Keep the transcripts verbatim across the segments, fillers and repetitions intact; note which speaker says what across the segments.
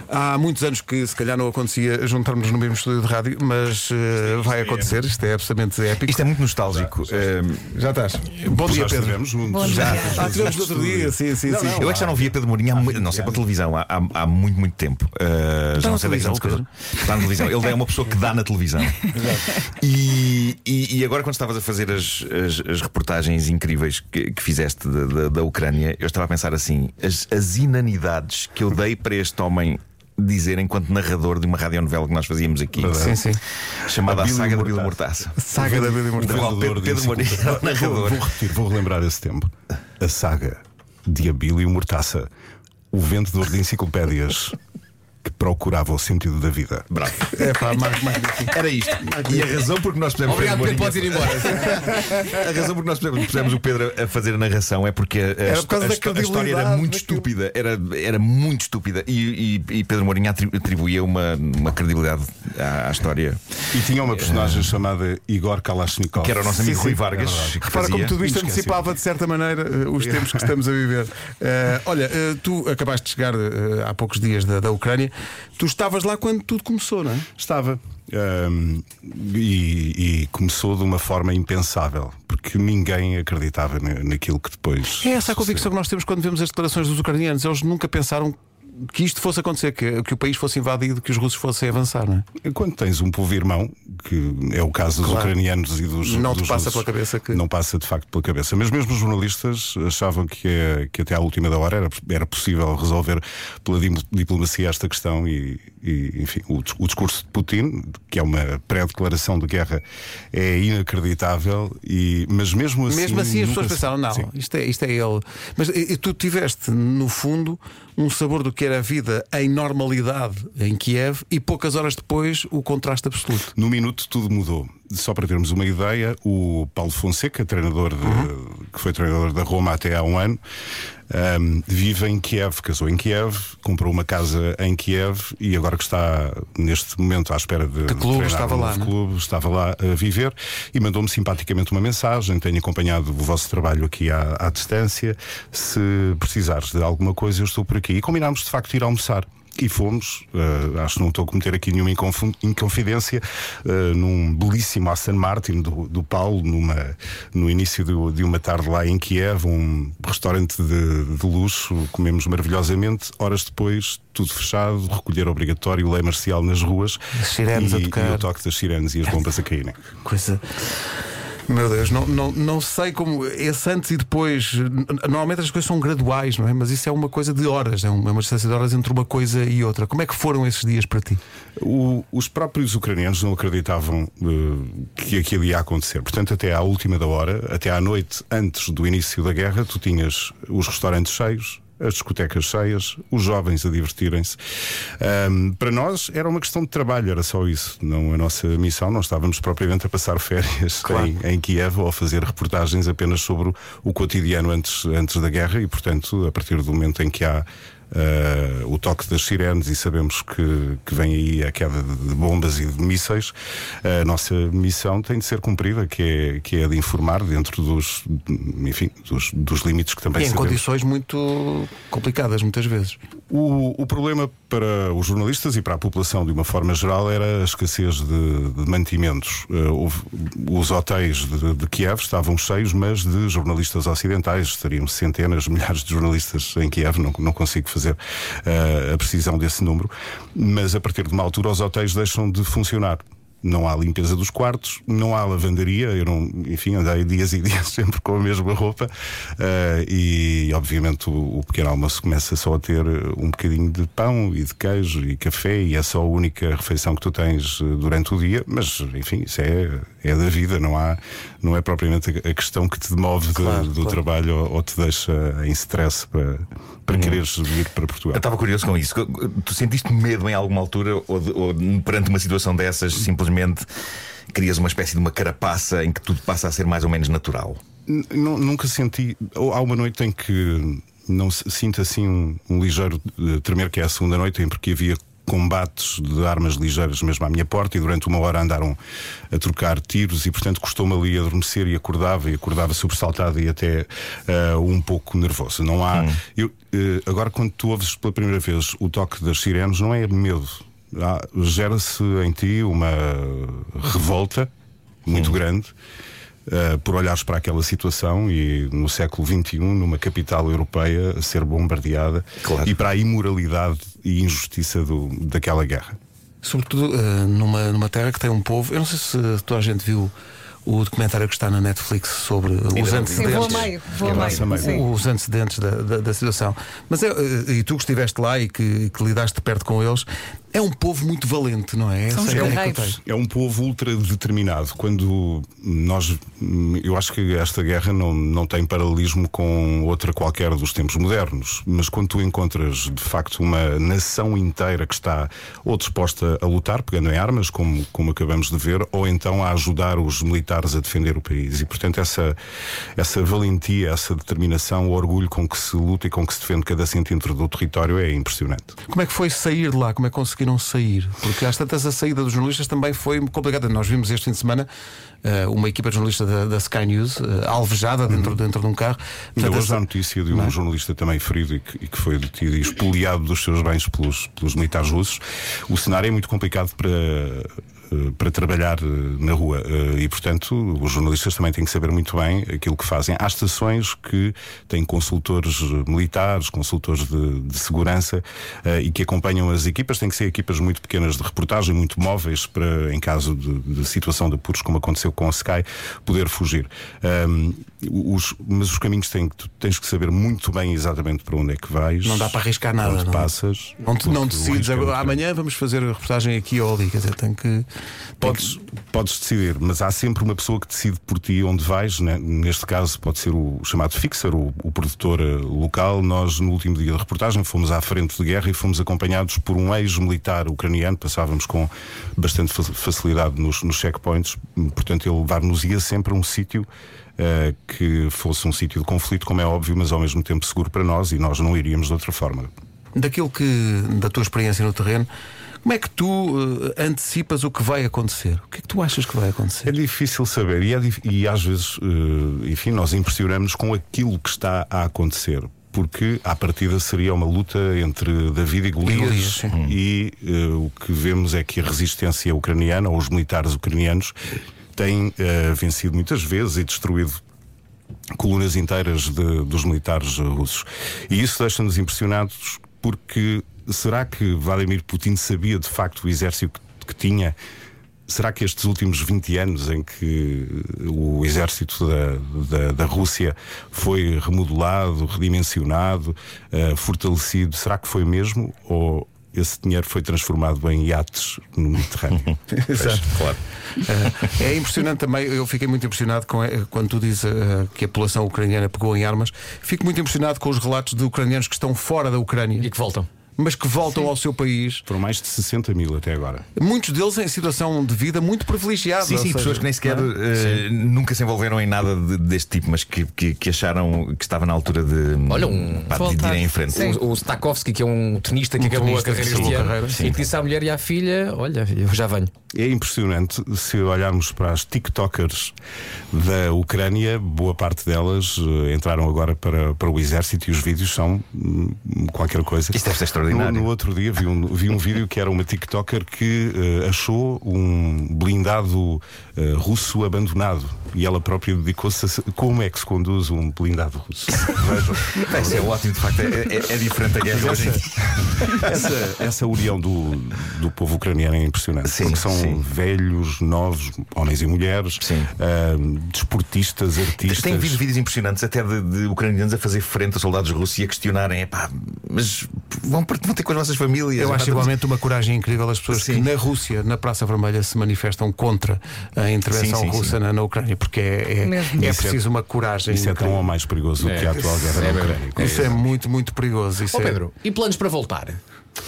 Speaker 1: Há muitos anos que se calhar não acontecia juntarmos no mesmo estúdio de rádio, mas uh, vai acontecer. Isto é absolutamente épico.
Speaker 2: Isto é muito nostálgico. Uh,
Speaker 1: já estás. Bom dia, Pedro.
Speaker 3: Tivemos
Speaker 4: Bom dia.
Speaker 1: Já. Ah, tivemos no outro dia. Sim, sim,
Speaker 3: Não,
Speaker 1: sim.
Speaker 3: não,
Speaker 2: Eu é que já não via Pedro Mourinho, há, mu- não sei, para a televisão, há, há, há muito, muito tempo. Uh, já não sei dez anos que eu- Está na televisão. Ele é uma pessoa que dá na televisão. e, e, e agora, quando estavas a fazer as, as, as reportagens incríveis que, que fizeste da, da, da Ucrânia, eu estava a pensar assim: as, as inanidades que eu dei para este homem dizer enquanto narrador de uma radionovela que nós fazíamos aqui,
Speaker 1: Sim, sim.
Speaker 2: chamada A
Speaker 3: Abílio
Speaker 2: Saga da
Speaker 3: Mortaça.
Speaker 2: Bílio Mortaça.
Speaker 1: Saga da Bíblia
Speaker 2: O
Speaker 1: Imortal.
Speaker 2: qual Pedro, Pedro Mourinho era o
Speaker 3: Vou,
Speaker 2: narrador.
Speaker 3: vou repetir, vou relembrar esse tempo. A saga de Abílio Mortaça, o vendedor de enciclopédias que procurava o sentido da vida.
Speaker 2: Bravo.
Speaker 1: É pá, mais, mais difícil.
Speaker 2: Era isto. E a razão por que nós pusemos
Speaker 4: Obrigado,
Speaker 2: Pedro
Speaker 4: Pedro, podes ir
Speaker 2: Mourinho-
Speaker 4: embora.
Speaker 2: A razão por que nós pusemos, pusemos o Pedro a fazer a narração é porque a, a,
Speaker 1: Era por causa
Speaker 2: a,
Speaker 1: da
Speaker 2: a história era
Speaker 1: credibilidade
Speaker 2: muito
Speaker 1: daquilo.
Speaker 2: estúpida. Era, era muito estúpida. E, e, e Pedro Mourinho atri- atribuía uma, uma credibilidade à, à história.
Speaker 3: E tinha uma personagem chamada Igor Kalashnikov,
Speaker 2: Que era o nosso amigo
Speaker 1: Sim,
Speaker 2: Rui
Speaker 1: sim,
Speaker 2: Vargas.
Speaker 3: é
Speaker 2: que
Speaker 1: Repara
Speaker 2: fazia.
Speaker 1: como tudo isto
Speaker 3: Inesquecível.
Speaker 1: antecipava de certa maneira uh, os tempos que estamos a viver. Uh, olha, uh, tu acabaste de chegar uh, há poucos dias da, da Ucrânia. Tu estavas lá quando tudo começou, não é?
Speaker 3: Estava. Ahm, e, e começou de uma forma impensável, porque ninguém acreditava na- naquilo que depois.
Speaker 1: É essa a convicção que nós temos quando vemos as declarações dos ucranianos. Eles nunca pensaram que isto fosse acontecer, que, que o país fosse invadido, que os russos fossem avançar, não é?
Speaker 3: Quando tens um povo irmão, que é o caso dos
Speaker 1: Claro.
Speaker 3: ucranianos e dos.
Speaker 1: Não te
Speaker 3: dos
Speaker 1: passa
Speaker 3: russos,
Speaker 1: pela cabeça que-
Speaker 3: Não passa de facto pela cabeça. Mas mesmo os jornalistas achavam que, eh, que até à última da hora era, era possível resolver pela dim- diplomacia esta questão. E, e, enfim, o, dis- o discurso de Putin, que é uma pré-declaração de guerra, é inacreditável. E, mas mesmo assim.
Speaker 1: Mesmo assim as
Speaker 3: nunca
Speaker 1: pessoas
Speaker 3: se-
Speaker 1: pensaram, não,
Speaker 3: Sim.
Speaker 1: isto é, isto é ele. Mas e, e tu tiveste, no fundo, um sabor do que era a vida em normalidade em Kiev e poucas horas depois o contraste absoluto.
Speaker 3: No minuto tudo mudou. Só para termos uma ideia, o Paulo Fonseca, treinador de,
Speaker 1: Uhum.
Speaker 3: que foi treinador da Roma até há um ano, um, vive em Kiev, casou em Kiev, comprou uma casa em Kiev e agora que está neste momento à espera de,
Speaker 1: De clube,
Speaker 3: treinar
Speaker 1: estava
Speaker 3: um
Speaker 1: lá,
Speaker 3: novo
Speaker 1: não é?
Speaker 3: clube, estava lá a viver e mandou-me simpaticamente uma mensagem: tenho acompanhado o vosso trabalho aqui à, à distância, se precisares de alguma coisa eu estou por aqui. E combinámos de facto ir almoçar. E fomos, uh, acho que não estou a cometer aqui nenhuma inconf- inconfidência, uh, num belíssimo Aston Martin do, do Paulo, numa, no início do, de uma tarde lá em Kiev, um restaurante de, de luxo, comemos maravilhosamente. Horas depois, tudo fechado, recolher obrigatório, lei marcial nas ruas
Speaker 1: As sirenes
Speaker 3: e,
Speaker 1: a tocar.
Speaker 3: e o toque das sirenes e as bombas a caírem.
Speaker 1: Coisa. Meu Deus, não, não, não sei como esse antes e depois. n- Normalmente as coisas são graduais, não é? Mas isso é uma coisa de horas, é uma, é uma distância de horas entre uma coisa e outra. Como é que foram esses dias para ti?
Speaker 3: O- os próprios ucranianos não acreditavam uh, que aquilo ia acontecer. Portanto, até à última da hora, até à noite antes do início da guerra, tu tinhas os restaurantes cheios, as discotecas cheias, os jovens a divertirem-se. Um, para nós era uma questão de trabalho, era só isso. Não a nossa missão, não estávamos propriamente a passar férias
Speaker 1: Claro.
Speaker 3: em, em Kiev ou a fazer reportagens apenas sobre o, o cotidiano antes, antes da guerra e, portanto, a partir do momento em que há Uh, o toque das sirenes e sabemos que, que vem aí a queda de, de bombas e de mísseis, a nossa missão tem de ser cumprida, que é, que é de informar dentro dos, enfim, dos, dos limites que também
Speaker 1: E em
Speaker 3: sabemos.
Speaker 1: condições muito complicadas, muitas vezes.
Speaker 3: O, o problema para os jornalistas e para a população de uma forma geral era a escassez de, de mantimentos. Uh, houve- os hotéis de, de Kiev estavam cheios, mas de jornalistas ocidentais. Estariam centenas, milhares de jornalistas em Kiev, não, não consigo fazer uh, a precisão desse número. Mas a partir de uma altura os hotéis deixam de funcionar. Não há limpeza dos quartos, não há lavandaria. Eu não, enfim, andei dias e dias sempre com a mesma roupa. Uh, e obviamente o, o pequeno almoço começa só a ter um bocadinho de pão e de queijo e café, e é só a única refeição que tu tens uh, durante o dia. Mas enfim, isso é, é da vida, não há, não é propriamente a, a questão que te demove de-
Speaker 1: Claro,
Speaker 3: do
Speaker 1: claro.
Speaker 3: trabalho ou, ou te deixa em stress para, para quereres vir para Portugal.
Speaker 2: Eu estava curioso com isso. Tu sentiste medo em alguma altura ou, de- ou perante uma situação dessas simplesmente crias uma espécie de uma carapaça em que tudo passa a ser mais ou menos natural?
Speaker 3: N- nu- Nunca senti. Ou há uma noite em que não se- sinto assim um, um ligeiro eh, tremer, que é a segunda noite, em porque havia combates de armas ligeiras mesmo à minha porta, e durante uma hora andaram a trocar tiros, e portanto custou-me ali adormecer, e acordava, e acordava sobressaltado e até uh, um pouco nervoso. Não há. Hum. Eu, uh, agora, quando tu ouves pela primeira vez o toque das sirenes, não é medo. Há, gera-se em ti uma revolta muito hum. grande. Uh, por olhares para aquela situação, e no século vinte e um, numa capital europeia a ser bombardeada, claro. E para a imoralidade e injustiça do, daquela guerra.
Speaker 1: Sobretudo uh, numa, numa terra que tem um povo. Eu não sei se toda a gente viu o documentário que está na Netflix sobre os antecedentes. Sim, vou a meio, vou a meio. Os antecedentes da, da, da situação. Mas é, e tu que estiveste lá e que, que lidaste perto com eles, é um povo muito valente, não é?
Speaker 3: São é, é um povo ultra determinado. Quando nós, eu acho que esta guerra não, não tem paralelismo com outra qualquer dos tempos modernos, mas quando tu encontras de facto uma nação inteira que está ou disposta a lutar, pegando em armas, como, como acabamos de ver, ou então a ajudar os militares a defender o país. E portanto essa, essa valentia, essa determinação, o orgulho com que se luta e com que se defende cada centímetro do território é impressionante.
Speaker 1: Como é que foi sair de lá? Como é que conseguiram sair? Porque às tantas a saída dos jornalistas também foi complicada. Nós vimos este fim de semana uh, uma equipa de jornalistas da, da Sky News uh, alvejada dentro, uhum. dentro de um carro.
Speaker 3: Ainda hoje há a notícia de um não? jornalista também ferido e que, e que foi detido e expoliado dos seus bens pelos, pelos militares russos. O cenário é muito complicado para para trabalhar na rua, e portanto os jornalistas também têm que saber muito bem aquilo que fazem. Há estações que têm consultores militares, consultores de, de segurança, e que acompanham as equipas. Têm que ser equipas muito pequenas de reportagem, muito móveis, para, em caso de, de situação de apuros, como aconteceu com a Sky, poder fugir. Um, os, mas os caminhos têm, tu tens que saber muito bem exatamente para onde é que vais.
Speaker 1: Não dá para arriscar nada.
Speaker 3: Onde
Speaker 1: não
Speaker 3: passas.
Speaker 1: Não, não decides agora, amanhã vamos fazer a reportagem aqui ou ali. Quer dizer, tem que
Speaker 3: Podes, podes decidir, mas há sempre uma pessoa que decide por ti onde vais, né? Neste caso pode ser o chamado fixer, o, o produtor local. Nós, no último dia de reportagem, fomos à frente de guerra e fomos acompanhados por um ex-militar ucraniano. Passávamos com bastante facilidade nos, nos checkpoints. Portanto, ele levar-nos-ia sempre a um sítio uh, que fosse um sítio de conflito, como é óbvio, mas ao mesmo tempo seguro para nós, e nós não iríamos de outra forma.
Speaker 1: Daquilo que, da tua experiência no terreno, como é que tu uh, antecipas o que vai acontecer? O que é que tu achas que vai acontecer?
Speaker 3: É difícil saber, e, é, e às vezes, uh, enfim, nós impressionamos com aquilo que está a acontecer. Porque à partida seria uma luta entre David e Golias, e, e uh, o que vemos é que a resistência ucraniana, ou os militares ucranianos, têm uh, vencido muitas vezes e destruído colunas inteiras de, dos militares russos. E isso deixa-nos impressionados, porque será que Vladimir Putin sabia de facto o exército que, que tinha? Será que estes últimos vinte anos em que o exército da, da, da Rússia foi remodelado, redimensionado, uh, fortalecido, será que foi mesmo? Ou esse dinheiro foi transformado em iates no Mediterrâneo?
Speaker 1: Exato, claro. Uh, é impressionante também. Eu fiquei muito impressionado com, quando tu dizes uh, que a população ucraniana pegou em armas. Fico muito impressionado com os relatos de ucranianos que estão fora da Ucrânia
Speaker 4: e que voltam.
Speaker 1: Mas que voltam sim. ao seu país.
Speaker 3: Foram mais de sessenta mil até agora.
Speaker 1: Muitos deles em situação de vida muito privilegiada.
Speaker 2: Sim, sim, seja, pessoas que nem sequer uh, nunca se envolveram em nada de, deste tipo, mas que, que, que acharam que estava na altura de,
Speaker 4: Olha, um,
Speaker 2: pá, de irem em frente.
Speaker 4: O, o Stakowski, que é um tenista que um acabou tenista, a carreira este ano, e que disse à mulher e à filha: olha, eu já venho.
Speaker 3: É impressionante se olharmos para as TikTokers da Ucrânia, boa parte delas uh, entraram agora para, para o exército, e os vídeos são um, qualquer coisa.
Speaker 2: Isso deve ser extraordinário.
Speaker 3: No, no outro dia vi um, vi um vídeo que era uma TikToker que uh, achou um blindado uh, russo abandonado, e ela própria dedicou-se a como é que se conduz um blindado russo.
Speaker 2: Vejam. Isso é ótimo, de facto, é, é, é diferente a guerra hoje.
Speaker 3: Essa, essa união do, do povo ucraniano é impressionante. Sim, porque são sim. velhos, novos, homens e mulheres, uh, desportistas, artistas.
Speaker 2: Tem havido vídeos impressionantes até de, de ucranianos a fazer frente a soldados russos e a questionarem: pá, mas vão, vão ter com as vossas famílias.
Speaker 1: Eu acho igualmente uma coragem incrível as pessoas sim. que na Rússia, na Praça Vermelha, se manifestam contra a intervenção sim, sim, russa sim. Na, na Ucrânia, porque é, é, é preciso uma coragem.
Speaker 3: Isso
Speaker 1: incrível.
Speaker 3: É tão ou mais perigoso do é, que a atual guerra
Speaker 1: é,
Speaker 3: na Ucrânia.
Speaker 1: É, isso é, é muito, muito perigoso. Isso
Speaker 4: oh,
Speaker 1: é...
Speaker 4: Pedro, e planos para voltar?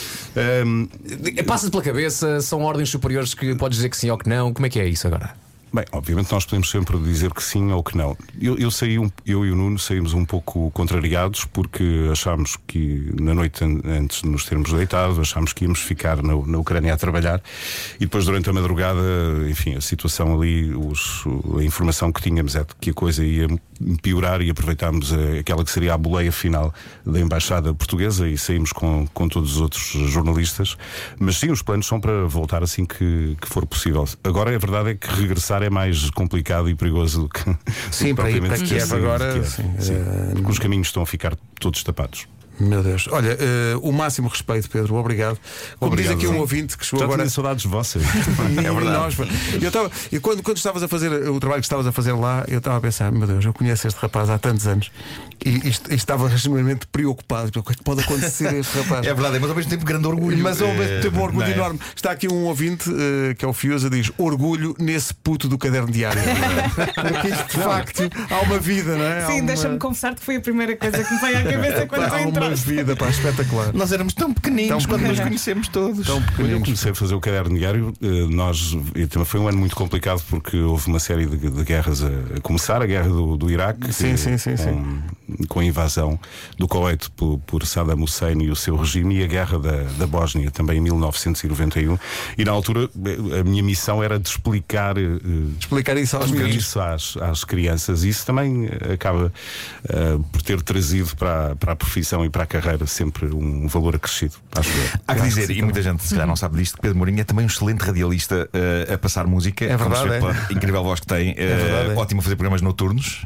Speaker 3: Um...
Speaker 4: Passa-te pela cabeça, são ordens superiores que podes dizer que sim ou que não. Como é que é isso agora?
Speaker 3: Bem, obviamente nós podemos sempre dizer que sim ou que não. Eu, eu, saí um, eu e o Nuno saímos um pouco contrariados porque achámos que na noite antes de nos termos deitado, achámos que íamos ficar na, na Ucrânia a trabalhar e depois durante a madrugada, enfim, a situação ali, os, a informação que tínhamos é de que a coisa ia piorar e aproveitámos a, aquela que seria a boleia final da Embaixada Portuguesa e saímos com, com todos os outros jornalistas. Mas sim, os planos são para voltar assim que, que for possível. Agora a verdade é que regressar é mais complicado e perigoso do que
Speaker 1: sim, para ir para Kiev agora
Speaker 3: Kiev.
Speaker 1: Sim,
Speaker 3: sim,
Speaker 1: uh...
Speaker 3: porque os caminhos estão a ficar todos tapados.
Speaker 1: Meu Deus. Olha, uh, o máximo respeito, Pedro, obrigado. Como
Speaker 3: obrigado,
Speaker 1: diz aqui um
Speaker 3: sim.
Speaker 1: ouvinte que chegou
Speaker 3: Já
Speaker 1: agora.
Speaker 3: tinha saudades vossas.
Speaker 1: É verdade. Nós, eu tava, e quando, quando estavas a fazer o trabalho que estavas a fazer lá, eu estava a pensar, meu Deus, eu conheço este rapaz há tantos anos e, e, e estava extremamente preocupado. O que pode acontecer a este rapaz?
Speaker 2: É verdade, mas ao mesmo tempo grande orgulho.
Speaker 1: Mas ao mesmo tempo um orgulho
Speaker 2: é?
Speaker 1: enorme. Está aqui um ouvinte uh, que é o Fiusa, diz orgulho nesse puto do caderno diário. Porque isto de facto há uma vida, não é?
Speaker 5: Sim,
Speaker 1: uma...
Speaker 5: deixa-me confessar que foi a primeira coisa que me veio à cabeça quando tu
Speaker 1: entraste. Há uma vida, pá, espetacular.
Speaker 2: Nós éramos tão pequeninos tão quando nos conhecemos todos.
Speaker 1: Tão
Speaker 3: Quando eu
Speaker 1: pequeninos.
Speaker 3: comecei a fazer o caderno diário, nós foi um ano muito complicado porque houve uma série de, de guerras a, a começar, a guerra do, do Iraque,
Speaker 1: sim, sim, sim,
Speaker 3: com,
Speaker 1: sim.
Speaker 3: com a invasão do Kuwait por, por Saddam Hussein e o seu regime, e a guerra da, da Bósnia também em mil novecentos e noventa e um. E na altura a minha missão era de explicar
Speaker 1: explicar isso aos
Speaker 3: explicar
Speaker 1: miúdos.
Speaker 3: isso às, às crianças. E isso também acaba uh, por ter trazido para, para a profissão e para a carreira sempre um valor acrescido. Acho que
Speaker 2: Há que
Speaker 3: acho
Speaker 2: dizer,
Speaker 3: que
Speaker 2: e
Speaker 3: sim,
Speaker 2: muita
Speaker 3: também.
Speaker 2: gente se calhar não sabe disto, que Pedro Mourinho é também um excelente radialista uh, a passar música.
Speaker 1: É verdade,
Speaker 2: como se vê
Speaker 1: é.
Speaker 2: pela incrível voz que tem. Uh,
Speaker 1: É verdade, é.
Speaker 2: Ótimo a fazer programas noturnos.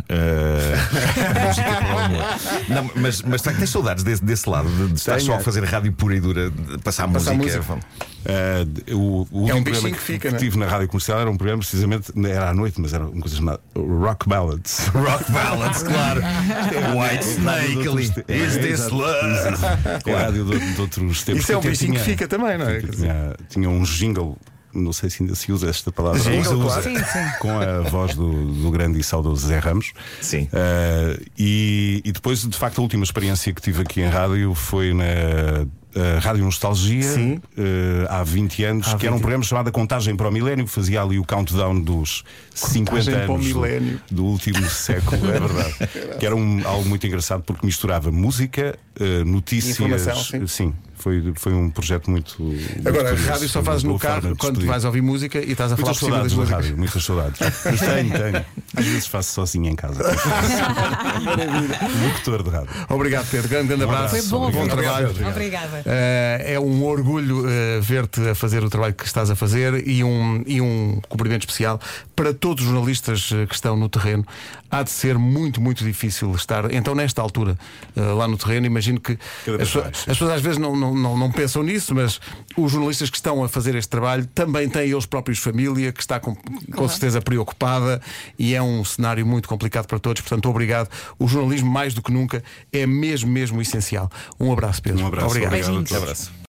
Speaker 2: Uh, música para o amor. Não, mas, mas de facto, tens saudades desse, desse lado, de, de estar
Speaker 1: Tenho,
Speaker 2: só
Speaker 1: é.
Speaker 2: a fazer rádio pura e dura, de passar,
Speaker 1: Passar
Speaker 2: música.
Speaker 1: música.
Speaker 3: Uh, o, o
Speaker 1: É um
Speaker 3: último programa
Speaker 1: bichinho
Speaker 3: que,
Speaker 1: que fica,
Speaker 3: que
Speaker 1: né?
Speaker 3: tive na rádio comercial era um programa precisamente, era à noite, mas era uma coisa chamada Rock Ballads.
Speaker 2: Rock ballads, claro. White Snake ali. Is this love?
Speaker 3: É a rádio de, de outros tempos.
Speaker 1: Isso é um
Speaker 3: Até
Speaker 1: bichinho
Speaker 3: tinha-
Speaker 1: que fica também, não é?
Speaker 3: Tinha, tinha um jingle. Não sei se ainda se usa esta palavra.
Speaker 1: Jingle,
Speaker 3: Usa,
Speaker 1: claro.
Speaker 3: usa,
Speaker 5: Sim, sim.
Speaker 3: com a voz do, do grande e saudoso Zé Ramos.
Speaker 2: Sim.
Speaker 3: Uh, e, e depois, de facto, a última experiência que tive aqui em rádio foi na uh, Rádio Nostalgia,
Speaker 1: Sim.
Speaker 3: uh, há vinte anos,
Speaker 1: Há
Speaker 3: que era um
Speaker 1: vinte
Speaker 3: programa chamado Contagem para o Milénio, que fazia ali o countdown dos cinquenta
Speaker 1: para o
Speaker 3: anos
Speaker 1: milénio.
Speaker 3: do, do último século. É verdade. Que era um, algo muito engraçado porque misturava música, uh, notícias.
Speaker 1: Informação, sim.
Speaker 3: sim. Foi, foi um projeto muito. muito
Speaker 1: Agora, a
Speaker 3: curioso.
Speaker 1: rádio só
Speaker 3: Uma
Speaker 1: fazes no
Speaker 3: boa forma
Speaker 1: carro
Speaker 3: de
Speaker 1: quando
Speaker 3: despedir.
Speaker 1: vais ouvir música e estás a falar
Speaker 3: Muitas
Speaker 1: por cima das
Speaker 3: saudades da
Speaker 1: músicas.
Speaker 3: rádio, muitas saudades. Mas tenho, tenho. Às vezes faço sozinho em casa. Locutor de rádio.
Speaker 1: Obrigado, Pedro. Grande, grande
Speaker 3: Um
Speaker 1: abraço.
Speaker 3: abraço.
Speaker 5: Foi bom,
Speaker 1: Bom
Speaker 5: obrigado.
Speaker 1: trabalho.
Speaker 5: Obrigada.
Speaker 1: Uh, é um orgulho uh, ver-te a fazer o trabalho que estás a fazer e um, e um cumprimento especial para todos os jornalistas uh, que estão no terreno. Há de ser muito, muito difícil estar, então, nesta altura, uh, lá no terreno. Imagino que
Speaker 3: Cada
Speaker 1: as,
Speaker 3: vez mais,
Speaker 1: as pessoas às vezes não, não, não, não pensam nisso, mas os jornalistas que estão a fazer este trabalho também têm eles próprios família, que está com, com certeza preocupada, e é um cenário muito complicado para todos. Portanto, obrigado. O jornalismo, mais do que nunca, é mesmo, mesmo essencial. Um abraço, Pedro.
Speaker 3: Um abraço.
Speaker 1: Obrigado.
Speaker 3: Obrigado a
Speaker 5: Beijinhos.
Speaker 3: todos.
Speaker 2: Abraço.